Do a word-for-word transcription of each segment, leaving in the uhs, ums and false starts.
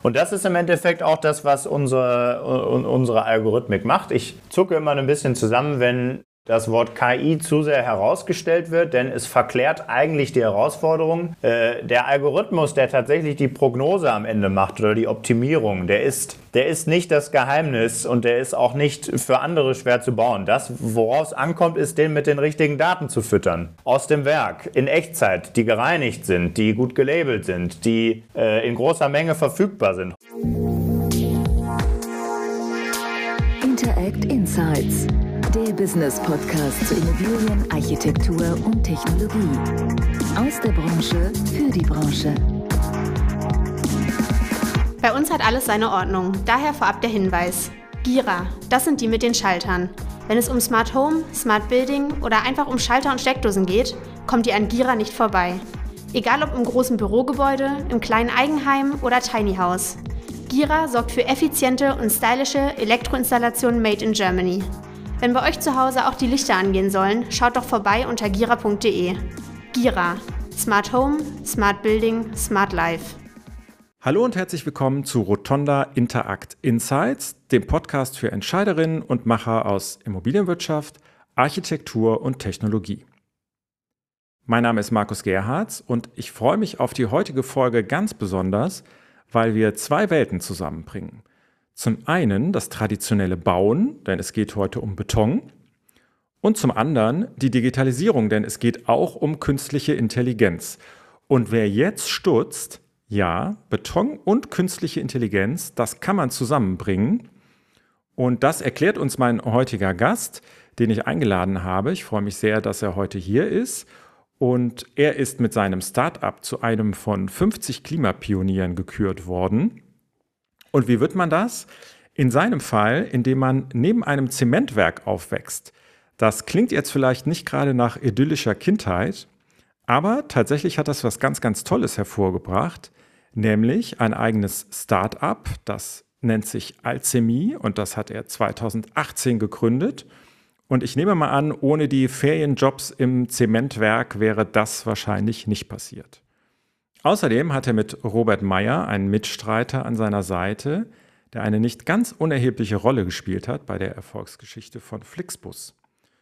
Und das ist im Endeffekt auch das, was unsere, unsere Algorithmik macht. Ich zucke immer ein bisschen zusammen, wenn das Wort K I zu sehr herausgestellt wird, denn es verklärt eigentlich die Herausforderung. Äh, der Algorithmus, der tatsächlich die Prognose am Ende macht oder die Optimierung, der ist, der ist nicht das Geheimnis und der ist auch nicht für andere schwer zu bauen. Das, worauf es ankommt, ist, den mit den richtigen Daten zu füttern. Aus dem Werk, in Echtzeit, die gereinigt sind, die gut gelabelt sind, die äh, in großer Menge verfügbar sind. Interact Insights. Der Business-Podcast zu Immobilien, Architektur und Technologie. Aus der Branche für die Branche. Bei uns hat alles seine Ordnung, daher vorab der Hinweis. Gira, das sind die mit den Schaltern. Wenn es um Smart Home, Smart Building oder einfach um Schalter und Steckdosen geht, kommt ihr an Gira nicht vorbei. Egal ob im großen Bürogebäude, im kleinen Eigenheim oder Tiny House. Gira sorgt für effiziente und stylische Elektroinstallationen made in Germany. Wenn bei euch zu Hause auch die Lichter angehen sollen, schaut doch vorbei unter gira punkt de. Gira. Smart Home, Smart Building, Smart Life. Hallo und herzlich willkommen zu Rotonda Interact Insights, dem Podcast für Entscheiderinnen und Macher aus Immobilienwirtschaft, Architektur und Technologie. Mein Name ist Markus Gerhards und ich freue mich auf die heutige Folge ganz besonders, weil wir zwei Welten zusammenbringen. Zum einen das traditionelle Bauen, denn es geht heute um Beton. Und zum anderen die Digitalisierung, denn es geht auch um künstliche Intelligenz. Und wer jetzt stutzt, ja, Beton und künstliche Intelligenz, das kann man zusammenbringen. Und das erklärt uns mein heutiger Gast, den ich eingeladen habe. Ich freue mich sehr, dass er heute hier ist. Und er ist mit seinem Start-up zu einem von fünfzig Klimapionieren gekürt worden. Und wie wird man das? In seinem Fall, indem man neben einem Zementwerk aufwächst. Das klingt jetzt vielleicht nicht gerade nach idyllischer Kindheit, aber tatsächlich hat das was ganz, ganz Tolles hervorgebracht, nämlich ein eigenes Start-up, das nennt sich Alchemy und das hat er zweitausendachtzehn gegründet. Und ich nehme mal an, ohne die Ferienjobs im Zementwerk wäre das wahrscheinlich nicht passiert. Außerdem hat er mit Robert Meyer einen Mitstreiter an seiner Seite, der eine nicht ganz unerhebliche Rolle gespielt hat bei der Erfolgsgeschichte von Flixbus.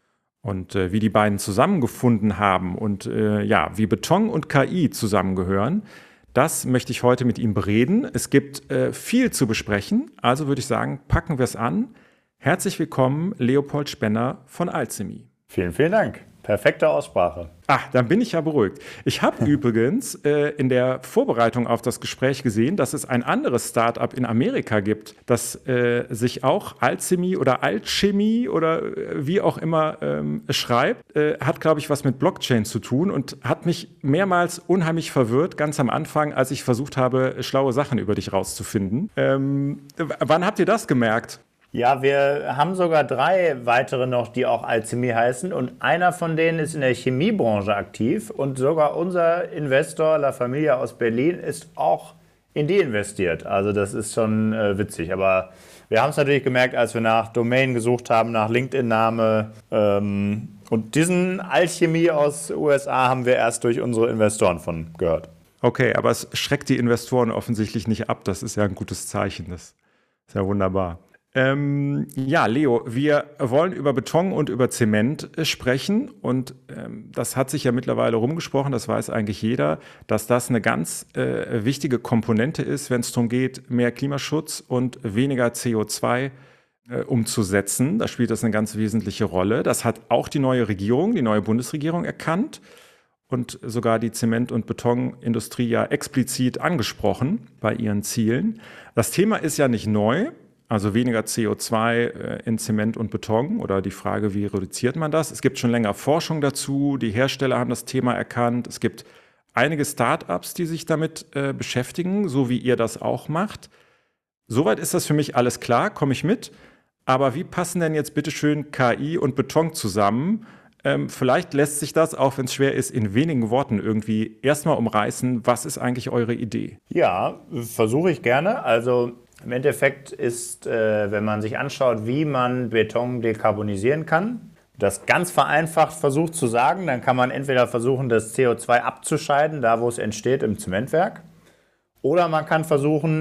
Und äh, wie die beiden zusammengefunden haben und äh, ja, wie Beton und K I zusammengehören, das möchte ich heute mit ihm bereden. Es gibt äh, viel zu besprechen, also würde ich sagen, packen wir es an. Herzlich willkommen, Leopold Spenner von Alchemy. Vielen, vielen Dank. Perfekte Aussprache. Ah, dann bin ich ja beruhigt. Ich habe übrigens äh, in der Vorbereitung auf das Gespräch gesehen, dass es ein anderes Start-up in Amerika gibt, das äh, sich auch Alchemy oder Alchemy oder äh, wie auch immer ähm, schreibt. Äh, hat, glaube ich, was mit Blockchain zu tun und hat mich mehrmals unheimlich verwirrt, ganz am Anfang, als ich versucht habe, schlaue Sachen über dich rauszufinden. Ähm, wann habt ihr das gemerkt? Ja, wir haben sogar drei weitere noch, die auch Alchemy heißen und einer von denen ist in der Chemiebranche aktiv und sogar unser Investor La Familia aus Berlin ist auch in die investiert. Also das ist schon äh, witzig, aber wir haben es natürlich gemerkt, als wir nach Domain gesucht haben, nach LinkedIn-Name ähm, und diesen Alchemy aus U S A haben wir erst durch unsere Investoren von gehört. Okay, aber es schreckt die Investoren offensichtlich nicht ab, das ist ja ein gutes Zeichen, das ist ja wunderbar. Ähm, ja, Leo, wir wollen über Beton und über Zement äh, sprechen und ähm, das hat sich ja mittlerweile rumgesprochen, das weiß eigentlich jeder, dass das eine ganz äh, wichtige Komponente ist, wenn es darum geht, mehr Klimaschutz und weniger C O zwei äh, umzusetzen. Da spielt das eine ganz wesentliche Rolle. Das hat auch die neue Regierung, die neue Bundesregierung erkannt und sogar die Zement- und Betonindustrie ja explizit angesprochen bei ihren Zielen. Das Thema ist ja nicht neu. Also weniger C O zwei in Zement und Beton oder die Frage, wie reduziert man das? Es gibt schon länger Forschung dazu, die Hersteller haben das Thema erkannt. Es gibt einige Start-ups, die sich damit äh, beschäftigen, so wie ihr das auch macht. Soweit ist das für mich alles klar, komme ich mit. Aber wie passen denn jetzt bitteschön K I und Beton zusammen? Ähm, vielleicht lässt sich das, auch wenn es schwer ist, in wenigen Worten irgendwie erstmal umreißen. Was ist eigentlich eure Idee? Ja, versuche ich gerne. Also im Endeffekt ist, äh, wenn man sich anschaut, wie man Beton dekarbonisieren kann, das ganz vereinfacht versucht zu sagen, dann kann man entweder versuchen, das C O zwei abzuscheiden, da wo es entsteht im Zementwerk, oder man kann versuchen,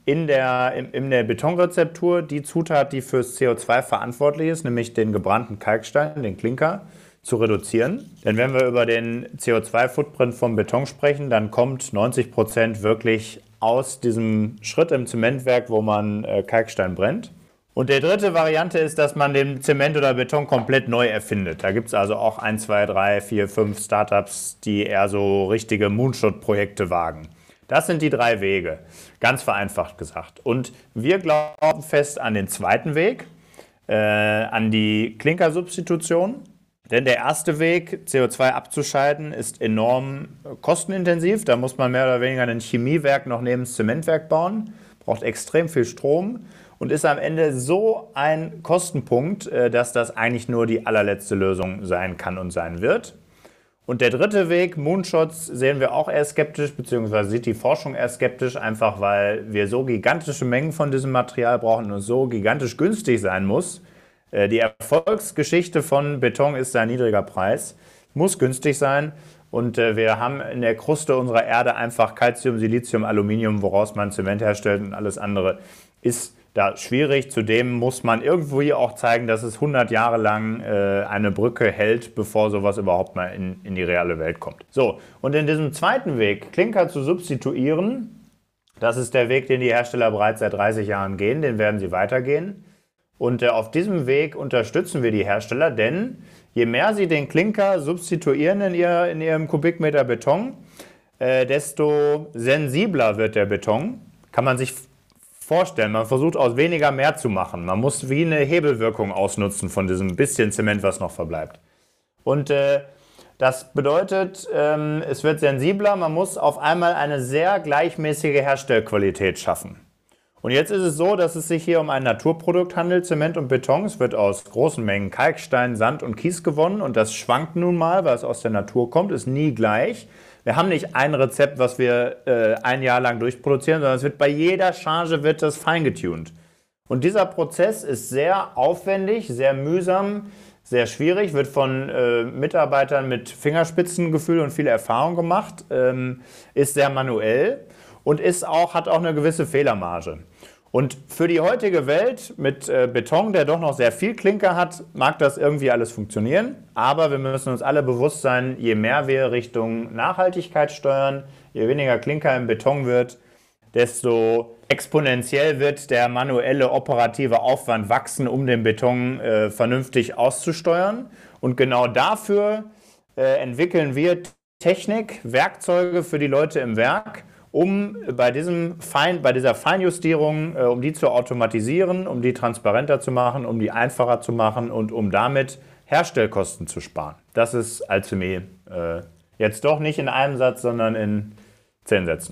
in der, in, in der Betonrezeptur die Zutat, die fürs C O zwei verantwortlich ist, nämlich den gebrannten Kalkstein, den Klinker, zu reduzieren. Denn wenn wir über den C O zwei Footprint vom Beton sprechen, dann kommt neunzig Prozent wirklich aus diesem Schritt im Zementwerk, wo man äh, Kalkstein brennt. Und die dritte Variante ist, dass man den Zement oder Beton komplett neu erfindet. Da gibt es also auch ein, zwei, drei, vier, fünf Startups, die eher so richtige Moonshot-Projekte wagen. Das sind die drei Wege, ganz vereinfacht gesagt. Und wir glauben fest an den zweiten Weg, äh, an die Klinkersubstitution. Denn der erste Weg, C O zwei abzuscheiden, ist enorm kostenintensiv. Da muss man mehr oder weniger ein Chemiewerk noch neben das Zementwerk bauen, braucht extrem viel Strom und ist am Ende so ein Kostenpunkt, dass das eigentlich nur die allerletzte Lösung sein kann und sein wird. Und der dritte Weg, Moonshots, sehen wir auch eher skeptisch, beziehungsweise sieht die Forschung eher skeptisch, einfach weil wir so gigantische Mengen von diesem Material brauchen und es so gigantisch günstig sein muss. Die Erfolgsgeschichte von Beton ist sein niedriger Preis, muss günstig sein und wir haben in der Kruste unserer Erde einfach Calcium, Silizium, Aluminium, woraus man Zement herstellt und alles andere ist da schwierig. Zudem muss man irgendwo hier auch zeigen, dass es hundert Jahre lang äh, eine Brücke hält, bevor sowas überhaupt mal in, in die reale Welt kommt. So, und in diesem zweiten Weg, Klinker zu substituieren, das ist der Weg, den die Hersteller bereits seit dreißig Jahren gehen, den werden sie weitergehen. Und äh, auf diesem Weg unterstützen wir die Hersteller, denn je mehr sie den Klinker substituieren in, ihr, in ihrem Kubikmeter Beton, äh, desto sensibler wird der Beton. Kann man sich vorstellen, man versucht aus weniger mehr zu machen. Man muss wie eine Hebelwirkung ausnutzen von diesem bisschen Zement, was noch verbleibt. Und äh, das bedeutet, ähm, es wird sensibler, man muss auf einmal eine sehr gleichmäßige Herstellqualität schaffen. Und jetzt ist es so, dass es sich hier um ein Naturprodukt handelt, Zement und Beton. Es wird aus großen Mengen Kalkstein, Sand und Kies gewonnen und das schwankt nun mal, weil es aus der Natur kommt, ist nie gleich. Wir haben nicht ein Rezept, was wir äh, ein Jahr lang durchproduzieren, sondern es wird bei jeder Charge wird das feingetuned. Und dieser Prozess ist sehr aufwendig, sehr mühsam, sehr schwierig, wird von äh, Mitarbeitern mit Fingerspitzengefühl und viel Erfahrung gemacht, ähm, ist sehr manuell und ist auch, hat auch eine gewisse Fehlermarge. Und für die heutige Welt mit äh, Beton, der doch noch sehr viel Klinker hat, mag das irgendwie alles funktionieren. Aber wir müssen uns alle bewusst sein, je mehr wir Richtung Nachhaltigkeit steuern, je weniger Klinker im Beton wird, desto exponentiell wird der manuelle operative Aufwand wachsen, um den Beton äh, vernünftig auszusteuern. Und genau dafür äh, entwickeln wir Technik, Werkzeuge für die Leute im Werk, um bei, diesem Fein, bei dieser Feinjustierung, äh, um die zu automatisieren, um die transparenter zu machen, um die einfacher zu machen und um damit Herstellkosten zu sparen. Das ist Alchemie. Äh, jetzt doch nicht in einem Satz, sondern in zehn Sätzen.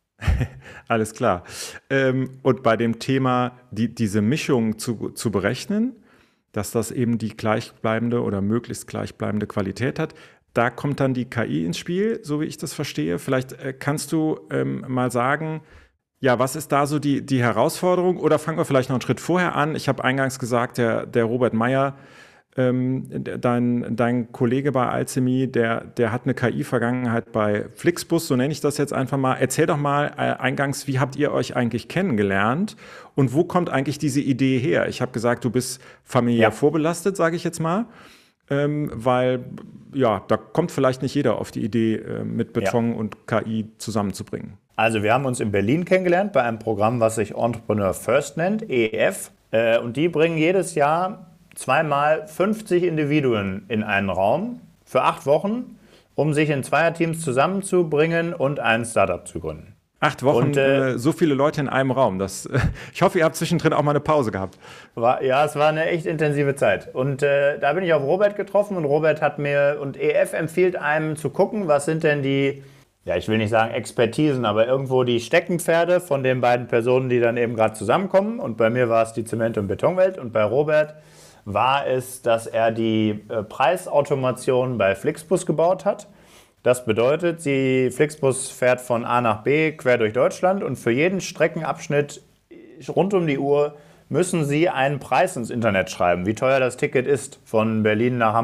Alles klar. Ähm, und bei dem Thema, die, diese Mischung zu, zu berechnen, dass das eben die gleichbleibende oder möglichst gleichbleibende Qualität hat, da kommt dann die K I ins Spiel, so wie ich das verstehe. Vielleicht äh, kannst du ähm, mal sagen, ja, was ist da so die, die Herausforderung? Oder fangen wir vielleicht noch einen Schritt vorher an. Ich habe eingangs gesagt, der, der Robert Meyer, ähm, dein, dein Kollege bei Alchemie, der, der hat eine K I-Vergangenheit bei Flixbus, so nenne ich das jetzt einfach mal. Erzähl doch mal äh, eingangs, wie habt ihr euch eigentlich kennengelernt und wo kommt eigentlich diese Idee her? Ich habe gesagt, du bist familiär ja. vorbelastet, sage ich jetzt mal. Ähm, weil, ja, da kommt vielleicht nicht jeder auf die Idee, äh, mit Beton ja. und K I zusammenzubringen. Also wir haben uns in Berlin kennengelernt bei einem Programm, was sich Entrepreneur First nennt, E E F. Äh, und die bringen jedes Jahr zweimal fünfzig Individuen in einen Raum für acht Wochen, um sich in Zweierteams zusammenzubringen und ein Startup zu gründen. Acht Wochen, und, äh, so viele Leute in einem Raum. Das, ich hoffe, ihr habt zwischendrin auch mal eine Pause gehabt. War, ja, es war eine echt intensive Zeit. Und äh, da bin ich auf Robert getroffen und Robert hat mir, und E F empfiehlt einem zu gucken, was sind denn die, ja, ich will nicht sagen Expertisen, aber irgendwo die Steckenpferde von den beiden Personen, die dann eben gerade zusammenkommen. Und bei mir war es die Zement- und Betonwelt und bei Robert war es, dass er die äh, Preisautomation bei Flixbus gebaut hat. Das bedeutet, die Flixbus fährt von A nach B quer durch Deutschland und für jeden Streckenabschnitt rund um die Uhr müssen Sie einen Preis ins Internet schreiben, wie teuer das Ticket ist von Berlin nach Hamburg.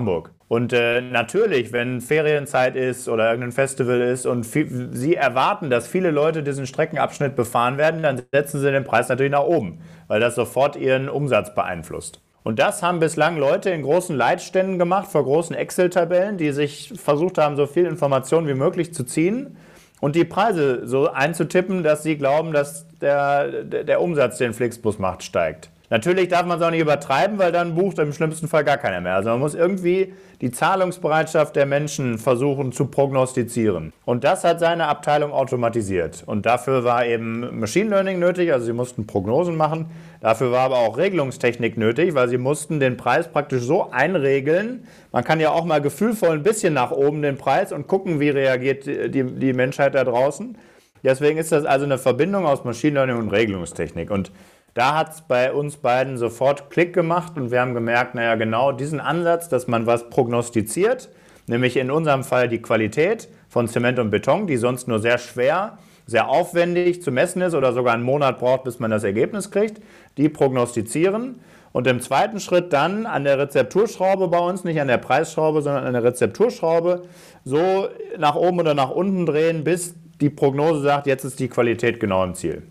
Und äh, natürlich, wenn Ferienzeit ist oder irgendein Festival ist und viel, sie erwarten, dass viele Leute diesen Streckenabschnitt befahren werden, dann setzen sie den Preis natürlich nach oben, weil das sofort ihren Umsatz beeinflusst. Und das haben bislang Leute in großen Leitständen gemacht, vor großen Excel-Tabellen, die sich versucht haben, so viel Information wie möglich zu ziehen und die Preise so einzutippen, dass sie glauben, dass der, der Umsatz, den Flixbus macht, steigt. Natürlich darf man es auch nicht übertreiben, weil dann bucht im schlimmsten Fall gar keiner mehr. Also man muss irgendwie die Zahlungsbereitschaft der Menschen versuchen zu prognostizieren. Und das hat seine Abteilung automatisiert. Und dafür war eben Machine Learning nötig, also sie mussten Prognosen machen. Dafür war aber auch Regelungstechnik nötig, weil sie mussten den Preis praktisch so einregeln. Man kann ja auch mal gefühlvoll ein bisschen nach oben den Preis und gucken, wie reagiert die, die Menschheit da draußen. Deswegen ist das also eine Verbindung aus Machine Learning und Regelungstechnik. Und da hat es bei uns beiden sofort Klick gemacht und wir haben gemerkt, naja, genau diesen Ansatz, dass man was prognostiziert, nämlich in unserem Fall die Qualität von Zement und Beton, die sonst nur sehr schwer, sehr aufwendig zu messen ist oder sogar einen Monat braucht, bis man das Ergebnis kriegt, die prognostizieren und im zweiten Schritt dann an der Rezepturschraube bei uns, nicht an der Preisschraube, sondern an der Rezepturschraube, so nach oben oder nach unten drehen, bis die Prognose sagt, jetzt ist die Qualität genau im Ziel.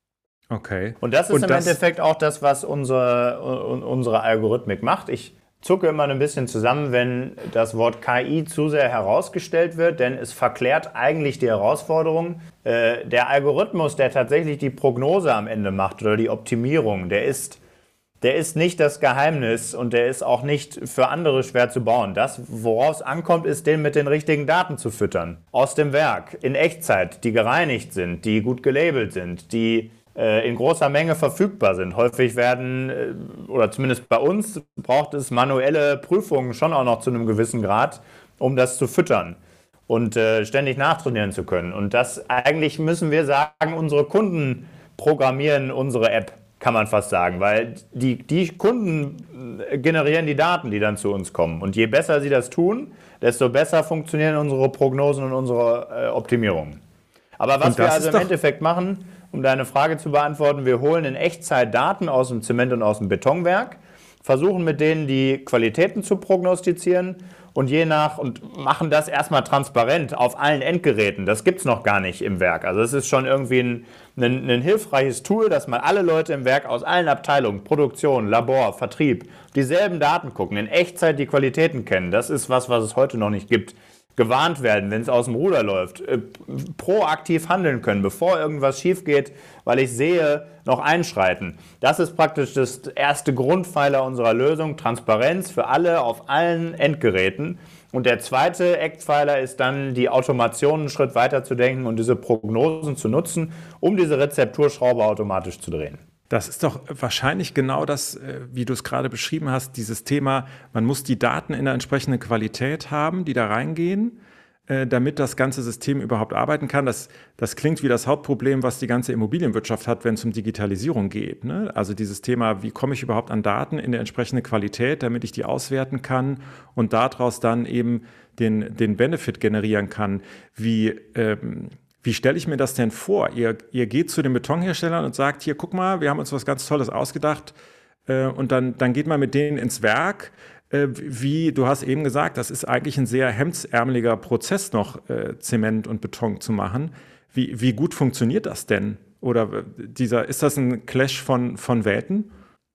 Okay. Und das ist Und im das Endeffekt auch das, was unsere, unsere Algorithmik macht. Ich zucke immer ein bisschen zusammen, wenn das Wort K I zu sehr herausgestellt wird, denn es verklärt eigentlich die Herausforderung. Äh, der Algorithmus, der tatsächlich die Prognose am Ende macht oder die Optimierung, der ist, der ist nicht das Geheimnis und der ist auch nicht für andere schwer zu bauen. Das, worauf es ankommt, ist, den mit den richtigen Daten zu füttern. Aus dem Werk, in Echtzeit, die gereinigt sind, die gut gelabelt sind, die in großer Menge verfügbar sind. Häufig werden, oder zumindest bei uns, braucht es manuelle Prüfungen schon auch noch zu einem gewissen Grad, um das zu füttern und äh, ständig nachtrainieren zu können. Und das eigentlich müssen wir sagen, unsere Kunden programmieren unsere App, kann man fast sagen, weil die, die Kunden generieren die Daten, die dann zu uns kommen. Und je besser sie das tun, desto besser funktionieren unsere Prognosen und unsere äh, Optimierungen. Aber was wir also im Endeffekt machen, um deine Frage zu beantworten, wir holen in Echtzeit Daten aus dem Zement- und aus dem Betonwerk, versuchen mit denen die Qualitäten zu prognostizieren und je nach und machen das erstmal transparent auf allen Endgeräten. Das gibt es noch gar nicht im Werk. Also es ist schon irgendwie ein, ein, ein hilfreiches Tool, dass mal alle Leute im Werk aus allen Abteilungen, Produktion, Labor, Vertrieb, dieselben Daten gucken, in Echtzeit die Qualitäten kennen. Das ist was, was es heute noch nicht gibt. Gewarnt werden, wenn es aus dem Ruder läuft, äh, proaktiv handeln können, bevor irgendwas schief geht, weil ich sehe, noch einschreiten. Das ist praktisch das erste Grundpfeiler unserer Lösung, Transparenz für alle auf allen Endgeräten. Und der zweite Eckpfeiler ist dann, die Automation einen Schritt weiter zu denken und diese Prognosen zu nutzen, um diese Rezepturschraube automatisch zu drehen. Das ist doch wahrscheinlich genau das, wie du es gerade beschrieben hast, dieses Thema, man muss die Daten in der entsprechenden Qualität haben, die da reingehen, damit das ganze System überhaupt arbeiten kann. Das, das klingt wie das Hauptproblem, was die ganze Immobilienwirtschaft hat, wenn es um Digitalisierung geht, ne? Also dieses Thema, wie komme ich überhaupt an Daten in der entsprechenden Qualität, damit ich die auswerten kann und daraus dann eben den, den Benefit generieren kann. Wie... Ähm, Wie stelle ich mir das denn vor? Ihr, ihr geht zu den Betonherstellern und sagt, hier, guck mal, wir haben uns was ganz Tolles ausgedacht äh, und dann, dann geht man mit denen ins Werk. Äh, wie, du hast eben gesagt, das ist eigentlich ein sehr hemdsärmeliger Prozess noch, äh, Zement und Beton zu machen. Wie, wie gut funktioniert das denn? Oder dieser, ist das ein Clash von, von Welten?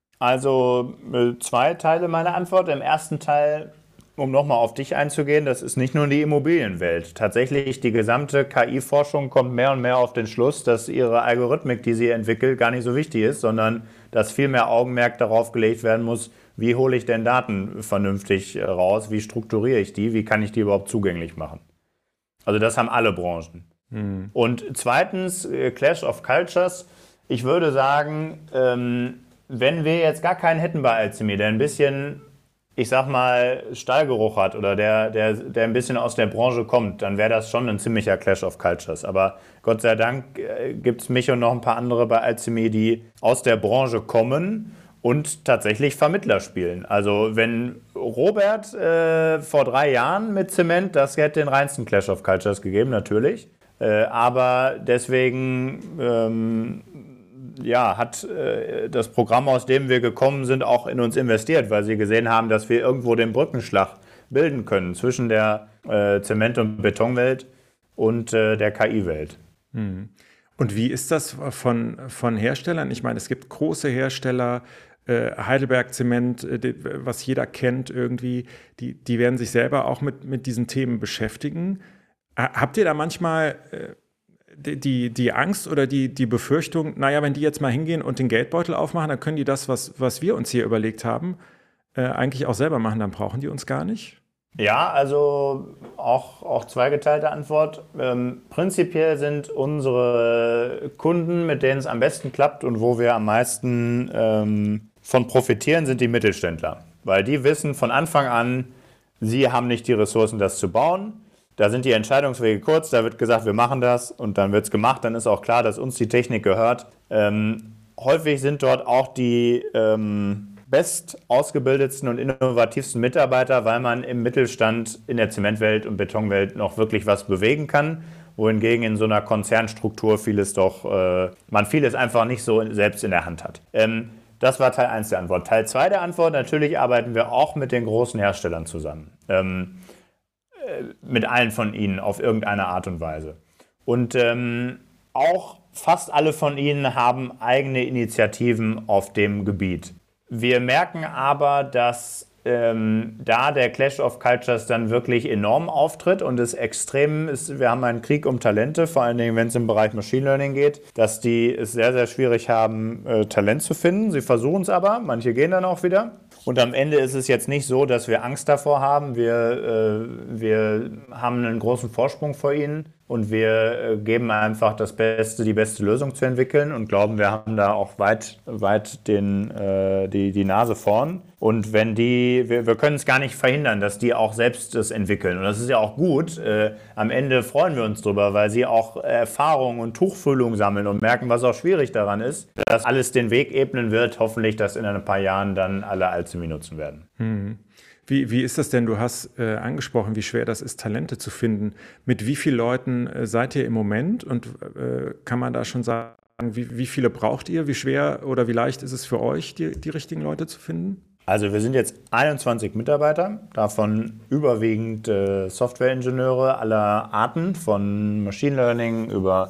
Also zwei Teile meiner Antwort. Im ersten Teil, um nochmal auf dich einzugehen, das ist nicht nur die Immobilienwelt. Tatsächlich, die gesamte K I-Forschung kommt mehr und mehr auf den Schluss, dass ihre Algorithmik, die sie entwickelt, gar nicht so wichtig ist, sondern dass viel mehr Augenmerk darauf gelegt werden muss, wie hole ich denn Daten vernünftig raus, wie strukturiere ich die, wie kann ich die überhaupt zugänglich machen. Also das haben alle Branchen. Mhm. Und zweitens, Clash of Cultures. Ich würde sagen, ähm, wenn wir jetzt gar keinen hätten bei Alchemy, der ein bisschen, ich sag mal, Stallgeruch hat oder der, der, der ein bisschen aus der Branche kommt, dann wäre das schon ein ziemlicher Clash of Cultures. Aber Gott sei Dank äh, gibt es mich und noch ein paar andere bei Alchemy, die aus der Branche kommen und tatsächlich Vermittler spielen. Also wenn Robert äh, vor drei Jahren mit Zement, das hätte den reinsten Clash of Cultures gegeben, natürlich. Äh, aber deswegen ähm, ja, hat äh, das Programm, aus dem wir gekommen sind, auch in uns investiert, weil sie gesehen haben, dass wir irgendwo den Brückenschlag bilden können zwischen der äh, Zement- und Betonwelt und äh, der K I-Welt. Hm. Und wie ist das von, von Herstellern? Ich meine, es gibt große Hersteller, äh, Heidelberg Zement, äh, die, was jeder kennt irgendwie, die, die werden sich selber auch mit, mit diesen Themen beschäftigen. Äh, habt ihr da manchmal äh, die, die, die Angst oder die, die Befürchtung, naja, wenn die jetzt mal hingehen und den Geldbeutel aufmachen, dann können die das, was, was wir uns hier überlegt haben, äh, eigentlich auch selber machen, dann brauchen die uns gar nicht? Ja, also auch, auch zweigeteilte Antwort. Ähm, prinzipiell sind unsere Kunden, mit denen es am besten klappt und wo wir am meisten ähm, von profitieren, sind die Mittelständler. Weil die wissen von Anfang an, sie haben nicht die Ressourcen, das zu bauen. Da sind die Entscheidungswege kurz, da wird gesagt, wir machen das und dann wird es gemacht. Dann ist auch klar, dass uns die Technik gehört. Ähm, häufig sind dort auch die ähm, best ausgebildetsten und innovativsten Mitarbeiter, weil man im Mittelstand in der Zementwelt und Betonwelt noch wirklich was bewegen kann, wohingegen in so einer Konzernstruktur vieles doch, äh, man vieles einfach nicht so selbst in der Hand hat. Ähm, das war Teil eins der Antwort. Teil zwei der Antwort, natürlich arbeiten wir auch mit den großen Herstellern zusammen. Ähm, äh, mit allen von ihnen auf irgendeine Art und Weise. Und ähm, auch fast alle von ihnen haben eigene Initiativen auf dem Gebiet. Wir merken aber, dass ähm, da der Clash of Cultures dann wirklich enorm auftritt und es extrem ist, wir haben einen Krieg um Talente, vor allen Dingen, wenn es im Bereich Machine Learning geht, dass die es sehr, sehr schwierig haben, äh, Talent zu finden. Sie versuchen es aber, manche gehen dann auch wieder. Und am Ende ist es jetzt nicht so, dass wir Angst davor haben. Wir, äh, wir haben einen großen Vorsprung vor ihnen und wir äh, geben einfach das Beste, die beste Lösung zu entwickeln und glauben, wir haben da auch weit, weit den, äh, die, die Nase vorn. Und wenn die, wir, wir können es gar nicht verhindern, dass die auch selbst das entwickeln. Und das ist ja auch gut. Äh, am Ende freuen wir uns drüber, weil sie auch Erfahrung und Tuchfühlung sammeln und merken, was auch schwierig daran ist, dass alles den Weg ebnen wird. Hoffentlich, dass in ein paar Jahren dann alle Alchemie nutzen werden. Hm. Wie, wie ist das denn? Du hast äh, angesprochen, wie schwer das ist, Talente zu finden. Mit wie vielen Leuten äh, seid ihr im Moment? Und äh, kann man da schon sagen, wie, wie viele braucht ihr? Wie schwer oder wie leicht ist es für euch, die, die richtigen Leute zu finden? Also wir sind jetzt einundzwanzig Mitarbeiter, davon überwiegend äh, Softwareingenieure aller Arten, von Machine Learning über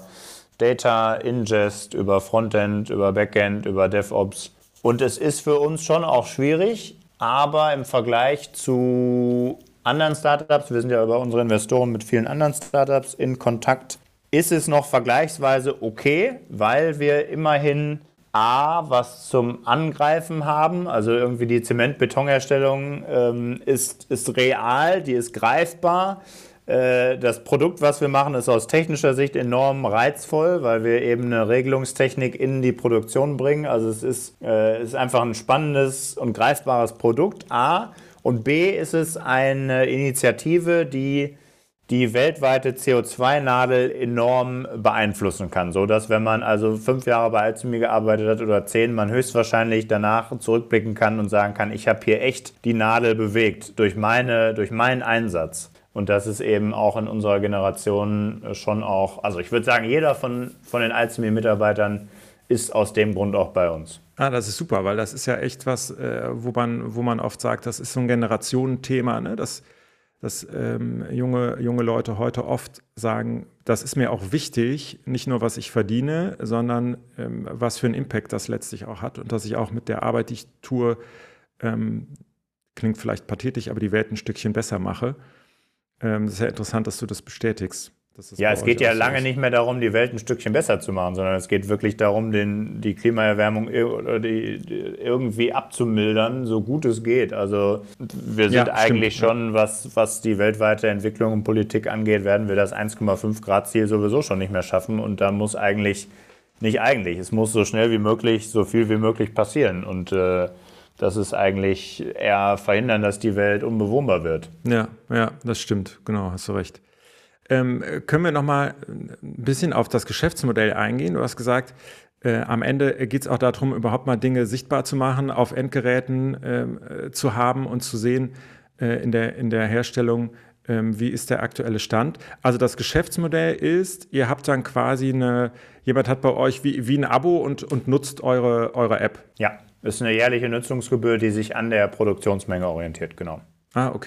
Data Ingest, über Frontend, über Backend, über DevOps. Und es ist für uns schon auch schwierig, aber im Vergleich zu anderen Startups, wir sind ja über unsere Investoren mit vielen anderen Startups in Kontakt, ist es noch vergleichsweise okay, weil wir immerhin A, was zum Angreifen haben, also irgendwie die Zement-Betonherstellung ähm, ist, ist real, die ist greifbar. Äh, das Produkt, was wir machen, ist aus technischer Sicht enorm reizvoll, weil wir eben eine Regelungstechnik in die Produktion bringen. Also es ist, äh, ist einfach ein spannendes und greifbares Produkt, A. Und B ist es eine Initiative, die die weltweite C O zwei Nadel enorm beeinflussen kann, so dass wenn man also fünf Jahre bei Alchemie gearbeitet hat oder zehn, man höchstwahrscheinlich danach zurückblicken kann und sagen kann, ich habe hier echt die Nadel bewegt durch, meine, durch meinen Einsatz. Und das ist eben auch in unserer Generation schon auch, also ich würde sagen, jeder von, von den Alchemie-Mitarbeitern ist aus dem Grund auch bei uns. Ah, das ist super, weil das ist ja echt was, äh, wo man, wo man oft sagt, das ist so ein Generationenthema, ne? Das dass ähm, junge, junge Leute heute oft sagen, das ist mir auch wichtig, nicht nur, was ich verdiene, sondern ähm, was für einen Impact das letztlich auch hat und dass ich auch mit der Arbeit, die ich tue, ähm, klingt vielleicht pathetisch, aber die Welt ein Stückchen besser mache. Ähm, das ist ja interessant, dass du das bestätigst. Das ja, es geht ja lange nicht mehr darum, die Welt ein Stückchen besser zu machen, sondern es geht wirklich darum, den, die Klimaerwärmung oder die, die irgendwie abzumildern, so gut es geht. Also wir sind ja, eigentlich stimmt, schon, ja. was, was die weltweite Entwicklung und Politik angeht, werden wir das eins Komma fünf Grad Ziel sowieso schon nicht mehr schaffen. Und da muss eigentlich, nicht eigentlich, es muss so schnell wie möglich, so viel wie möglich passieren. Und äh, das ist eigentlich eher verhindern, dass die Welt unbewohnbar wird. Ja, ja, das stimmt. Genau, hast du recht. Ähm, können wir noch mal ein bisschen auf das Geschäftsmodell eingehen? Du hast gesagt, äh, am Ende geht es auch darum, überhaupt mal Dinge sichtbar zu machen, auf Endgeräten äh, zu haben und zu sehen äh, in der, in der Herstellung, äh, wie ist der aktuelle Stand. Also das Geschäftsmodell ist, ihr habt dann quasi eine, jemand hat bei euch wie, wie ein Abo und, und nutzt eure, eure App. Ja, das ist eine jährliche Nutzungsgebühr, die sich an der Produktionsmenge orientiert, genau. Ah, okay.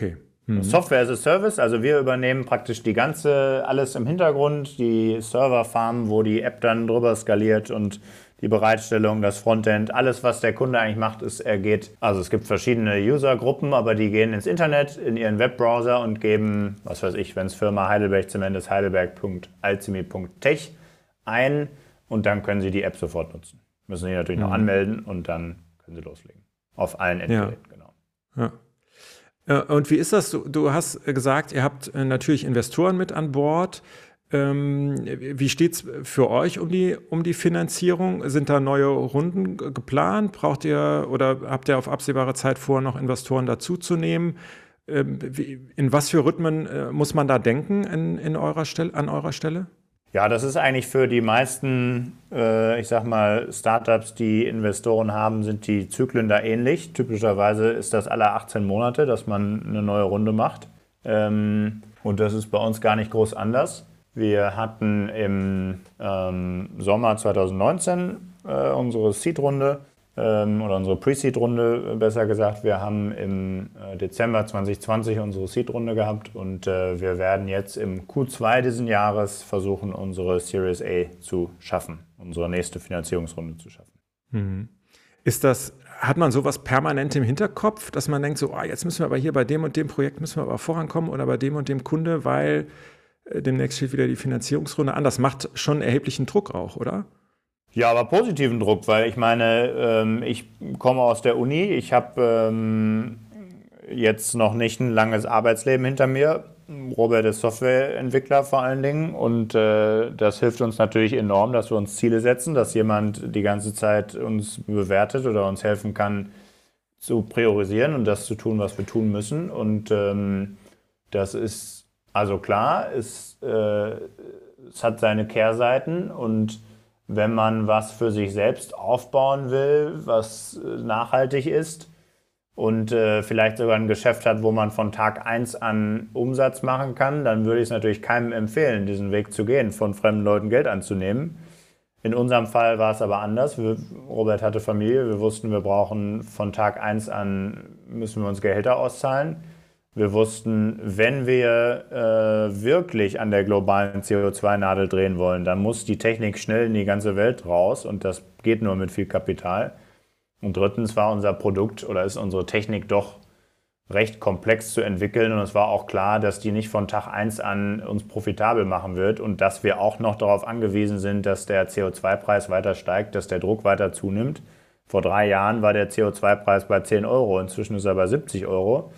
Mhm. Software as a Service, also wir übernehmen praktisch die ganze, alles im Hintergrund, die Serverfarmen, wo die App dann drüber skaliert und die Bereitstellung, das Frontend, alles, was der Kunde eigentlich macht, ist, er geht, also es gibt verschiedene Usergruppen, aber die gehen ins Internet, in ihren Webbrowser und geben, was weiß ich, wenn es Firma Heidelberg Zement ist, heidelberg punkt alcimi punkt tech ein und dann können sie die App sofort nutzen. Müssen sie natürlich mhm. noch anmelden und dann können sie loslegen. Auf allen Endgeräten, ja. genau. Ja. Und wie ist das? Du, du hast gesagt, ihr habt natürlich Investoren mit an Bord. Ähm, wie steht es für euch um die, um die Finanzierung? Sind da neue Runden geplant? Braucht ihr oder habt ihr auf absehbare Zeit vor, noch Investoren dazuzunehmen? Ähm, wie, in was für Rhythmen äh, muss man da denken in, in eurer Stelle, an eurer Stelle? Ja, das ist eigentlich für die meisten, äh, ich sag mal, Startups, die Investoren haben, sind die Zyklen da ähnlich. Typischerweise ist das alle achtzehn Monate, dass man eine neue Runde macht. Ähm, und das ist bei uns gar nicht groß anders. Wir hatten im ähm, Sommer zwanzig neunzehn äh, unsere Seed-Runde ähm, oder unsere Pre-Seed-Runde, besser gesagt. Wir haben im äh, Dezember zwanzig zwanzig unsere Seed-Runde gehabt und äh, wir werden jetzt im Q zwei diesen Jahres versuchen, unsere Series A zu schaffen, unsere nächste Finanzierungsrunde zu schaffen. Mhm. Ist das, hat man sowas permanent im Hinterkopf, dass man denkt, so, oh, jetzt müssen wir aber hier bei dem und dem Projekt müssen wir aber vorankommen oder bei dem und dem Kunde, weil äh, demnächst steht wieder die Finanzierungsrunde an. Das macht schon erheblichen Druck auch, oder? Ja, aber positiven Druck, weil ich meine, ähm, ich komme aus der Uni, ich habe ähm, jetzt noch nicht ein langes Arbeitsleben hinter mir. Robert ist Softwareentwickler vor allen Dingen und äh, das hilft uns natürlich enorm, dass wir uns Ziele setzen, dass jemand die ganze Zeit uns bewertet oder uns helfen kann zu priorisieren und das zu tun, was wir tun müssen. Und ähm, das ist also klar, es, äh, es hat seine Kehrseiten und wenn man was für sich selbst aufbauen will, was nachhaltig ist und äh, vielleicht sogar ein Geschäft hat, wo man von Tag eins an Umsatz machen kann, dann würde ich es natürlich keinem empfehlen, diesen Weg zu gehen, von fremden Leuten Geld anzunehmen. In unserem Fall war es aber anders. Wir, Robert hatte Familie, wir wussten, wir brauchen von Tag eins an, müssen wir uns Gehälter auszahlen. Wir wussten, wenn wir äh, wirklich an der globalen C O zwei Nadel drehen wollen, dann muss die Technik schnell in die ganze Welt raus und das geht nur mit viel Kapital. Und drittens war unser Produkt oder ist unsere Technik doch recht komplex zu entwickeln und es war auch klar, dass die nicht von Tag eins an uns profitabel machen wird und dass wir auch noch darauf angewiesen sind, dass der C O zwei Preis weiter steigt, dass der Druck weiter zunimmt. Vor drei Jahren war der C O zwei Preis bei zehn Euro, inzwischen ist er bei siebzig Euro.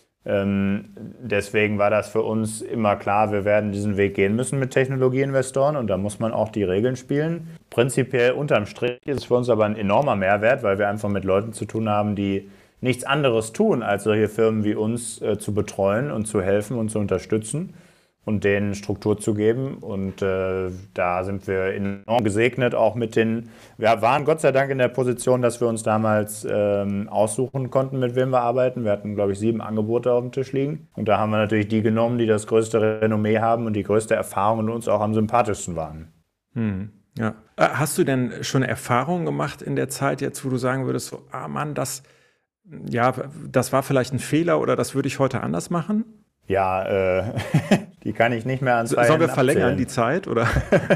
Ähm, deswegen war das für uns immer klar, wir werden diesen Weg gehen müssen mit Technologieinvestoren und da muss man auch die Regeln spielen. Prinzipiell unterm Strich ist es für uns aber ein enormer Mehrwert, weil wir einfach mit Leuten zu tun haben, die nichts anderes tun, als solche Firmen wie uns äh, zu betreuen und zu helfen und zu unterstützen und denen Struktur zu geben. Und äh, da sind wir enorm gesegnet, auch mit den, wir waren Gott sei Dank in der Position, dass wir uns damals ähm, aussuchen konnten, mit wem wir arbeiten. Wir hatten, glaube ich, sieben Angebote auf dem Tisch liegen. Und da haben wir natürlich die genommen, die das größte Renommee haben und die größte Erfahrung und uns auch am sympathischsten waren. Hm, ja. Hast du denn schon Erfahrungen gemacht in der Zeit jetzt, wo du sagen würdest, so, ah Mann, das, ja, das war vielleicht ein Fehler oder das würde ich heute anders machen? Ja, äh, die kann ich nicht mehr an zwei Sollen wir Händen verlängern abzählen. die Zeit, oder?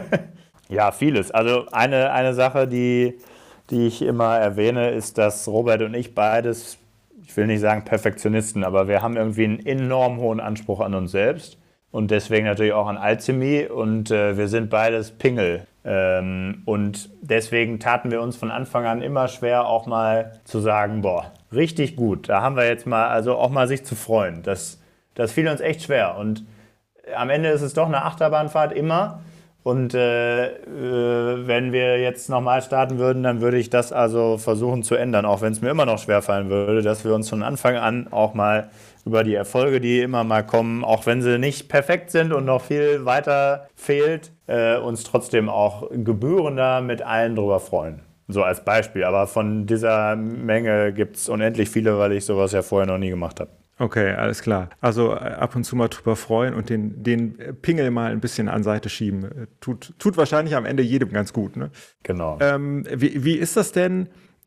Ja, vieles. Also eine, eine Sache, die, die ich immer erwähne, ist, dass Robert und ich beides, ich will nicht sagen Perfektionisten, aber wir haben irgendwie einen enorm hohen Anspruch an uns selbst und deswegen natürlich auch an Alcimi und äh, wir sind beides Pingel. Ähm, und deswegen taten wir uns von Anfang an immer schwer, auch mal zu sagen, boah, richtig gut, da haben wir jetzt mal, also auch mal sich zu freuen. Das Das fiel uns echt schwer und am Ende ist es doch eine Achterbahnfahrt immer und äh, äh, wenn wir jetzt nochmal starten würden, dann würde ich das also versuchen zu ändern, auch wenn es mir immer noch schwerfallen würde, dass wir uns von Anfang an auch mal über die Erfolge, die immer mal kommen, auch wenn sie nicht perfekt sind und noch viel weiter fehlt, äh, uns trotzdem auch gebührender mit allen drüber freuen. So als Beispiel, aber von dieser Menge gibt es unendlich viele, weil ich sowas ja vorher noch nie gemacht habe. Okay, alles klar. Also äh, ab und zu mal drüber freuen und den, den Pingel mal ein bisschen an Seite schieben. Tut, tut wahrscheinlich am Ende jedem ganz gut, ne? Genau. Ähm, wie, wie ist das denn?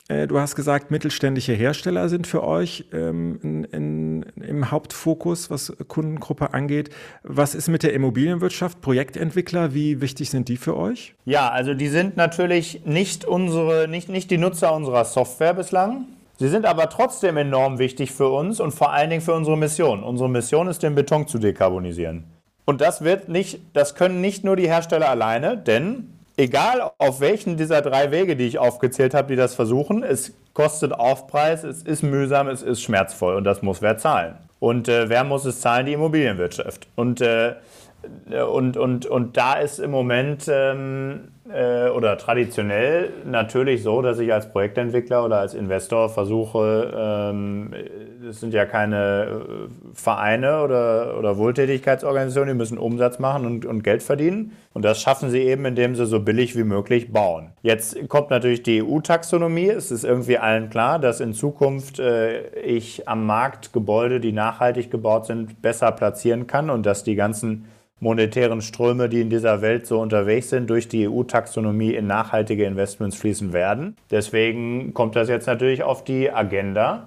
Du hast gesagt, mittelständische Hersteller sind für euch ähm, in, in, im Hauptfokus, was Kundengruppe angeht. Was ist mit der Immobilienwirtschaft, Projektentwickler? Wie wichtig sind die für euch? Ja, also die sind natürlich nicht, unsere, nicht, nicht die Nutzer unserer Software bislang. Sie sind aber trotzdem enorm wichtig für uns und vor allen Dingen für unsere Mission. Unsere Mission ist, den Beton zu dekarbonisieren. Und das wird nicht, das können nicht nur die Hersteller alleine, denn egal auf welchen dieser drei Wege, die ich aufgezählt habe, die das versuchen, es kostet Aufpreis, es ist mühsam, es ist schmerzvoll und das muss wer zahlen. Und äh, wer muss es zahlen? Die Immobilienwirtschaft. Und, äh, und, und, und da ist im Moment ähm, äh, oder traditionell natürlich so, dass ich als Projektentwickler oder als Investor versuche, ähm, es sind ja keine Vereine oder, oder Wohltätigkeitsorganisationen, die müssen Umsatz machen und, und Geld verdienen. Und das schaffen sie eben, indem sie so billig wie möglich bauen. Jetzt kommt natürlich die E U-Taxonomie. Es ist irgendwie allen klar, dass in Zukunft äh, ich am Markt Gebäude, die nachhaltig gebaut sind, besser platzieren kann und dass die ganzen monetären Ströme, die in dieser Welt so unterwegs sind, durch die E U-Taxonomie in nachhaltige Investments fließen werden. Deswegen kommt das jetzt natürlich auf die Agenda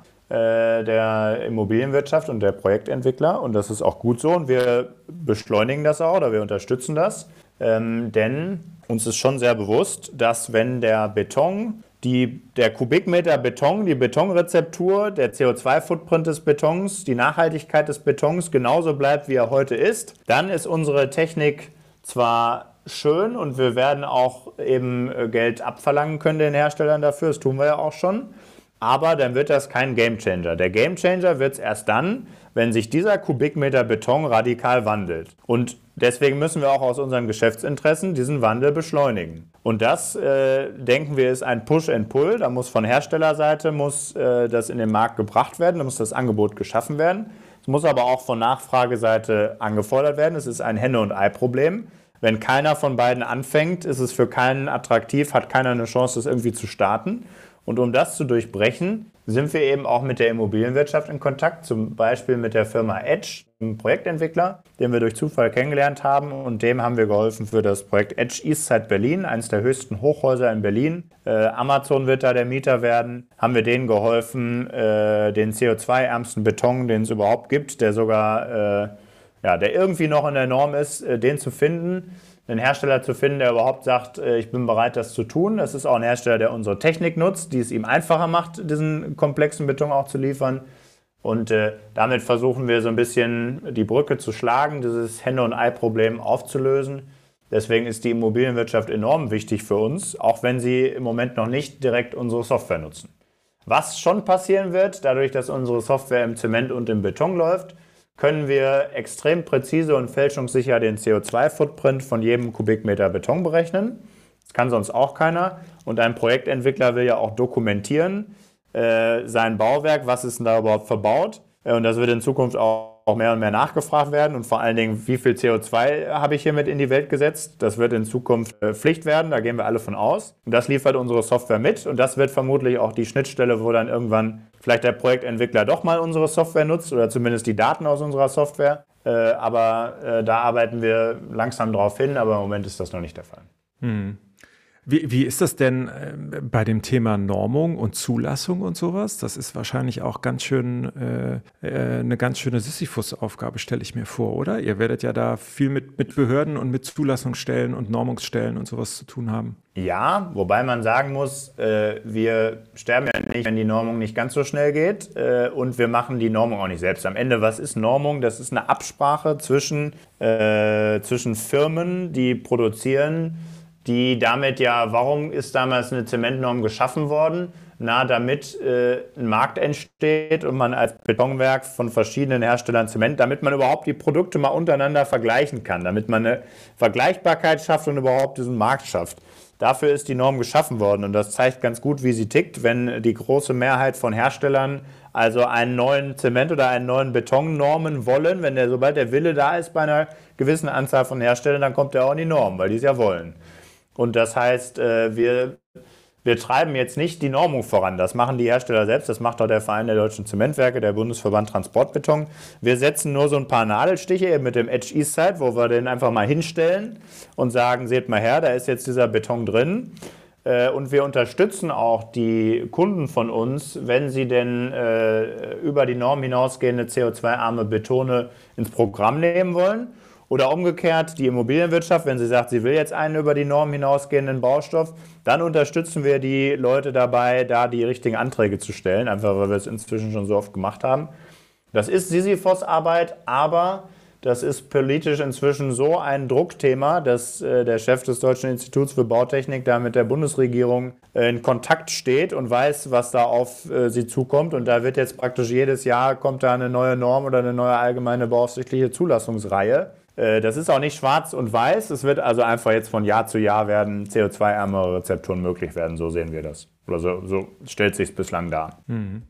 der Immobilienwirtschaft und der Projektentwickler und das ist auch gut so und wir beschleunigen das auch oder wir unterstützen das, ähm, denn uns ist schon sehr bewusst, dass wenn der Beton, die, der Kubikmeter Beton, die Betonrezeptur, der C O zwei Footprint des Betons, die Nachhaltigkeit des Betons genauso bleibt, wie er heute ist, dann ist unsere Technik zwar schön und wir werden auch eben Geld abverlangen können den Herstellern dafür, das tun wir ja auch schon. Aber dann wird das kein Gamechanger. Der Gamechanger wird es erst dann, wenn sich dieser Kubikmeter Beton radikal wandelt. Und deswegen müssen wir auch aus unseren Geschäftsinteressen diesen Wandel beschleunigen. Und das, äh, denken wir, ist ein Push and Pull. Da muss von Herstellerseite muss, äh, das in den Markt gebracht werden, da muss das Angebot geschaffen werden. Es muss aber auch von Nachfrageseite angefordert werden. Es ist ein Henne- und Ei-Problem. Wenn keiner von beiden anfängt, ist es für keinen attraktiv, hat keiner eine Chance, das irgendwie zu starten. Und um das zu durchbrechen, sind wir eben auch mit der Immobilienwirtschaft in Kontakt, zum Beispiel mit der Firma Edge, einem Projektentwickler, den wir durch Zufall kennengelernt haben. Und dem haben wir geholfen für das Projekt Edge Eastside Berlin, eines der höchsten Hochhäuser in Berlin. Äh, Amazon wird da der Mieter werden. Haben wir denen geholfen, äh, den C O zwei ärmsten Beton, den es überhaupt gibt, der sogar, äh, ja, der irgendwie noch in der Norm ist, äh, den zu finden. Einen Hersteller zu finden, der überhaupt sagt, ich bin bereit, das zu tun. Das ist auch ein Hersteller, der unsere Technik nutzt, die es ihm einfacher macht, diesen komplexen Beton auch zu liefern. Und äh, damit versuchen wir so ein bisschen die Brücke zu schlagen, dieses Henne- und Ei-Problem aufzulösen. Deswegen ist die Immobilienwirtschaft enorm wichtig für uns, auch wenn sie im Moment noch nicht direkt unsere Software nutzen. Was schon passieren wird, dadurch, dass unsere Software im Zement und im Beton läuft, können wir extrem präzise und fälschungssicher den C O zwei Footprint von jedem Kubikmeter Beton berechnen. Das kann sonst auch keiner. Und ein Projektentwickler will ja auch dokumentieren äh, sein Bauwerk, was ist denn da überhaupt verbaut. Äh, und das wird in Zukunft auch, auch mehr und mehr nachgefragt werden. Und vor allen Dingen, wie viel C O zwei habe ich hiermit in die Welt gesetzt? Das wird in Zukunft äh, Pflicht werden, da gehen wir alle von aus. Und das liefert unsere Software mit. Und das wird vermutlich auch die Schnittstelle, wo dann irgendwann vielleicht der Projektentwickler doch mal unsere Software nutzt oder zumindest die Daten aus unserer Software. Äh, aber äh, da arbeiten wir langsam drauf hin, aber im Moment ist das noch nicht der Fall. Hm. Wie, wie ist das denn äh, bei dem Thema Normung und Zulassung und sowas? Das ist wahrscheinlich auch ganz schön äh, äh, eine ganz schöne Sisyphus-Aufgabe, stelle ich mir vor, oder? Ihr werdet ja da viel mit, mit Behörden und mit Zulassungsstellen und Normungsstellen und sowas zu tun haben. Ja, wobei man sagen muss, äh, wir sterben ja nicht, wenn die Normung nicht ganz so schnell geht äh, und wir machen die Normung auch nicht selbst. Am Ende, was ist Normung? Das ist eine Absprache zwischen, äh, zwischen Firmen, die produzieren, die damit ja, warum ist damals eine Zementnorm geschaffen worden? Na, damit äh, ein Markt entsteht und man als Betonwerk von verschiedenen Herstellern Zement, damit man überhaupt die Produkte mal untereinander vergleichen kann, damit man eine Vergleichbarkeit schafft und überhaupt diesen Markt schafft. Dafür ist die Norm geschaffen worden und das zeigt ganz gut, wie sie tickt, wenn die große Mehrheit von Herstellern also einen neuen Zement oder einen neuen Beton normen wollen. Wenn der, sobald der Wille da ist bei einer gewissen Anzahl von Herstellern, dann kommt der auch in die Norm, weil die es ja wollen. Und das heißt, wir, wir treiben jetzt nicht die Normung voran. Das machen die Hersteller selbst. Das macht auch der Verein der deutschen Zementwerke, der Bundesverband Transportbeton. Wir setzen nur so ein paar Nadelstiche eben mit dem Edge Eastside, wo wir den einfach mal hinstellen und sagen, seht mal her, da ist jetzt dieser Beton drin. Äh, und wir unterstützen auch die Kunden von uns, wenn sie denn äh, über die Norm hinausgehende C O zwei arme Betone ins Programm nehmen wollen. Oder umgekehrt die Immobilienwirtschaft, wenn sie sagt, sie will jetzt einen über die Norm hinausgehenden Baustoff, dann unterstützen wir die Leute dabei, da die richtigen Anträge zu stellen, einfach weil wir es inzwischen schon so oft gemacht haben. Das ist Sisyphos-Arbeit, aber das ist politisch inzwischen so ein Druckthema, dass äh, der Chef des Deutschen Instituts für Bautechnik da mit der Bundesregierung äh, in Kontakt steht und weiß, was da auf äh, sie zukommt. Und da wird jetzt praktisch jedes Jahr kommt da eine neue Norm oder eine neue allgemeine bauaufsichtliche Zulassungsreihe. Äh, das ist auch nicht schwarz und weiß. Es wird also einfach jetzt von Jahr zu Jahr werden C O zwei ärmere Rezepturen möglich werden. So sehen wir das. Oder so, so stellt sich es bislang dar. Mhm.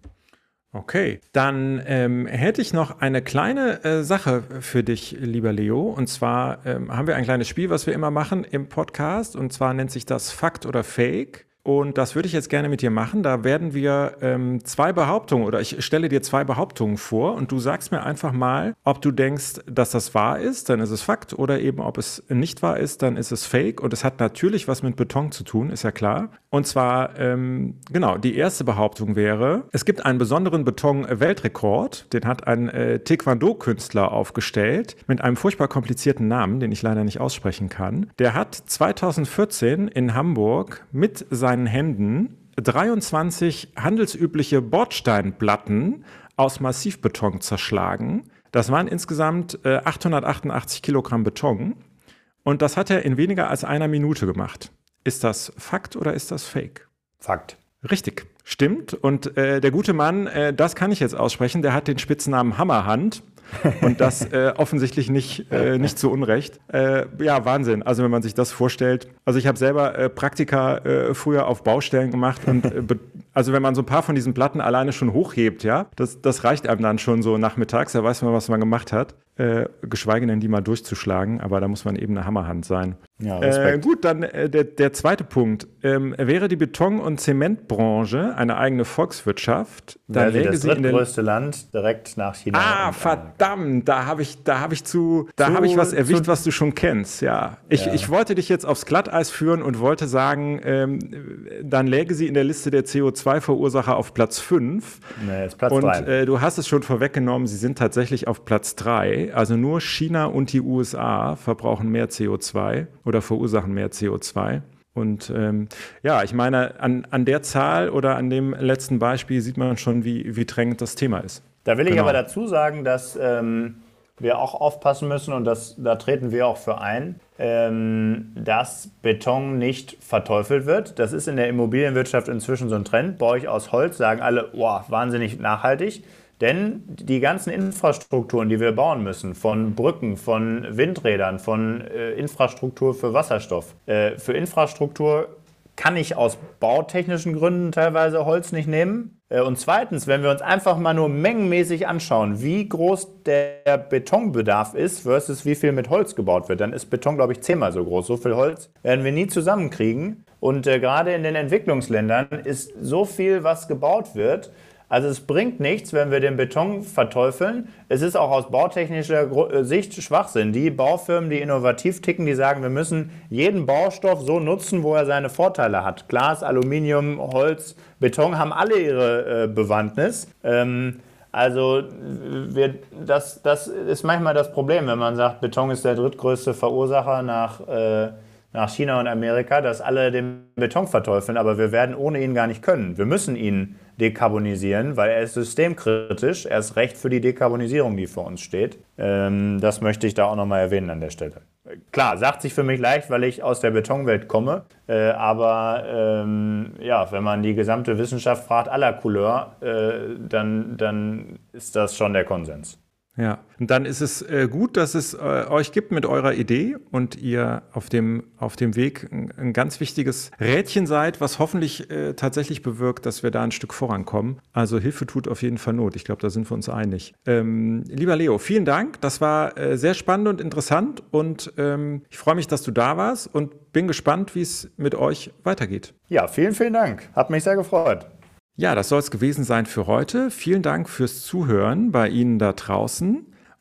Okay, dann ähm, hätte ich noch eine kleine äh, Sache für dich, lieber Leo. Und zwar ähm, haben wir ein kleines Spiel, was wir immer machen im Podcast. Und zwar nennt sich das Fakt oder Fake. Und das würde ich jetzt gerne mit dir machen. Da werden wir ähm, zwei Behauptungen oder ich stelle dir zwei Behauptungen vor und du sagst mir einfach mal, ob du denkst, dass das wahr ist, dann ist es Fakt, oder eben ob es nicht wahr ist, dann ist es Fake. Und es hat natürlich was mit Beton zu tun, ist ja klar. Und zwar, ähm, genau, die erste Behauptung wäre, es gibt einen besonderen Beton-Weltrekord, den hat ein äh, Taekwondo-Künstler aufgestellt mit einem furchtbar komplizierten Namen, den ich leider nicht aussprechen kann. Der hat zweitausendvierzehn in Hamburg mit seinem Händen dreiundzwanzig handelsübliche Bordsteinplatten aus Massivbeton zerschlagen. Das waren insgesamt äh, achthundertachtundachtzig Kilogramm Beton und das hat er in weniger als einer Minute gemacht. Ist das Fakt oder ist das Fake? Fakt. Richtig, stimmt. Und äh, der gute Mann, äh, das kann ich jetzt aussprechen, der hat den Spitznamen Hammerhand. Und das äh, offensichtlich nicht, äh, nicht zu Unrecht. Äh, ja, Wahnsinn. Also wenn man sich das vorstellt. Also ich habe selber äh, Praktika äh, früher auf Baustellen gemacht. Und äh, be- also wenn man so ein paar von diesen Platten alleine schon hochhebt, ja, das, das reicht einem dann schon so nachmittags. Da weiß man, was man gemacht hat. Äh, geschweige denn, die mal durchzuschlagen. Aber da muss man eben eine Hammerhand sein. Ja, Respekt. Äh, gut, dann äh, der, der zweite Punkt. Ähm, wäre die Beton- und Zementbranche eine eigene Volkswirtschaft, dann Wäre läge das sie in der... drittgrößte Land direkt nach China. Ah, und verdammt, da habe ich, da habe ich zu, da Zu- habe ich was erwischt, zu- was du schon kennst. Ja, ich, Ja. ich wollte dich jetzt aufs Glatteis führen und wollte sagen, ähm, dann läge sie in der Liste der C O zwei Verursacher auf Platz fünf. Nee, jetzt Platz Und drei. äh, du hast es schon vorweggenommen, sie sind tatsächlich auf Platz drei. Also nur China und die U S A verbrauchen mehr C O zwei oder verursachen mehr C O zwei. Und ähm, ja, ich meine, an, an der Zahl oder an dem letzten Beispiel sieht man schon, wie, wie drängend das Thema ist. Da will ich Genau. aber dazu sagen, dass ähm, wir auch aufpassen müssen, und das, da treten wir auch für ein, ähm, dass Beton nicht verteufelt wird. Das ist in der Immobilienwirtschaft inzwischen so ein Trend. Baue ich aus Holz, sagen alle, wow, wahnsinnig nachhaltig. Denn die ganzen Infrastrukturen, die wir bauen müssen, von Brücken, von Windrädern, von äh, Infrastruktur für Wasserstoff, äh, für Infrastruktur kann ich aus bautechnischen Gründen teilweise Holz nicht nehmen. Äh, und zweitens, wenn wir uns einfach mal nur mengenmäßig anschauen, wie groß der Betonbedarf ist versus wie viel mit Holz gebaut wird, dann ist Beton, glaube ich, zehnmal so groß. So viel Holz werden wir nie zusammenkriegen. Und äh, gerade in den Entwicklungsländern ist so viel, was gebaut wird. Also es bringt nichts, wenn wir den Beton verteufeln. Es ist auch aus bautechnischer Gru- Sicht Schwachsinn. Die Baufirmen, die innovativ ticken, die sagen, wir müssen jeden Baustoff so nutzen, wo er seine Vorteile hat. Glas, Aluminium, Holz, Beton haben alle ihre äh, Bewandtnis. Ähm, also wir, das, das ist manchmal das Problem, wenn man sagt, Beton ist der drittgrößte Verursacher nach, äh, nach China und Amerika, dass alle den Beton verteufeln, aber wir werden ohne ihn gar nicht können. Wir müssen ihn dekarbonisieren, weil er ist systemkritisch, er ist recht für die Dekarbonisierung, die vor uns steht. Ähm, das möchte ich da auch nochmal erwähnen an der Stelle. Klar, sagt sich für mich leicht, weil ich aus der Betonwelt komme, äh, aber ähm, ja, wenn man die gesamte Wissenschaft fragt, aller Couleur, äh, dann, dann ist das schon der Konsens. Ja, und dann ist es äh, gut, dass es äh, euch gibt mit eurer Idee und ihr auf dem, auf dem Weg ein, ein ganz wichtiges Rädchen seid, was hoffentlich äh, tatsächlich bewirkt, dass wir da ein Stück vorankommen. Also Hilfe tut auf jeden Fall Not. Ich glaube, da sind wir uns einig. Ähm, lieber Leo, vielen Dank. Das war äh, sehr spannend und interessant und ähm, ich freue mich, dass du da warst und bin gespannt, wie es mit euch weitergeht. Ja, vielen, vielen Dank. Hat mich sehr gefreut. Ja, das soll es gewesen sein für heute. Vielen Dank fürs Zuhören bei Ihnen da draußen.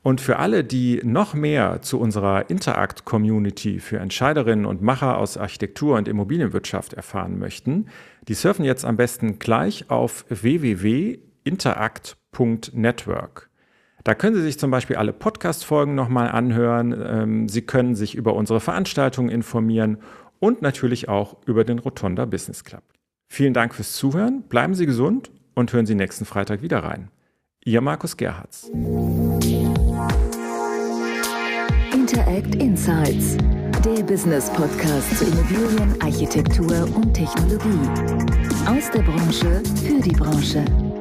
Und für alle, die noch mehr zu unserer Interact-Community für Entscheiderinnen und Macher aus Architektur und Immobilienwirtschaft erfahren möchten, die surfen jetzt am besten gleich auf w w w punkt interact punkt network. Da können Sie sich zum Beispiel alle Podcast-Folgen nochmal anhören. Sie können sich über unsere Veranstaltungen informieren und natürlich auch über den Rotonda Business Club. Vielen Dank fürs Zuhören, bleiben Sie gesund und hören Sie nächsten Freitag wieder rein. Ihr Markus Gerhards. Interact Insights, der Business-Podcast zu Immobilien, Architektur und Technologie. Aus der Branche für die Branche.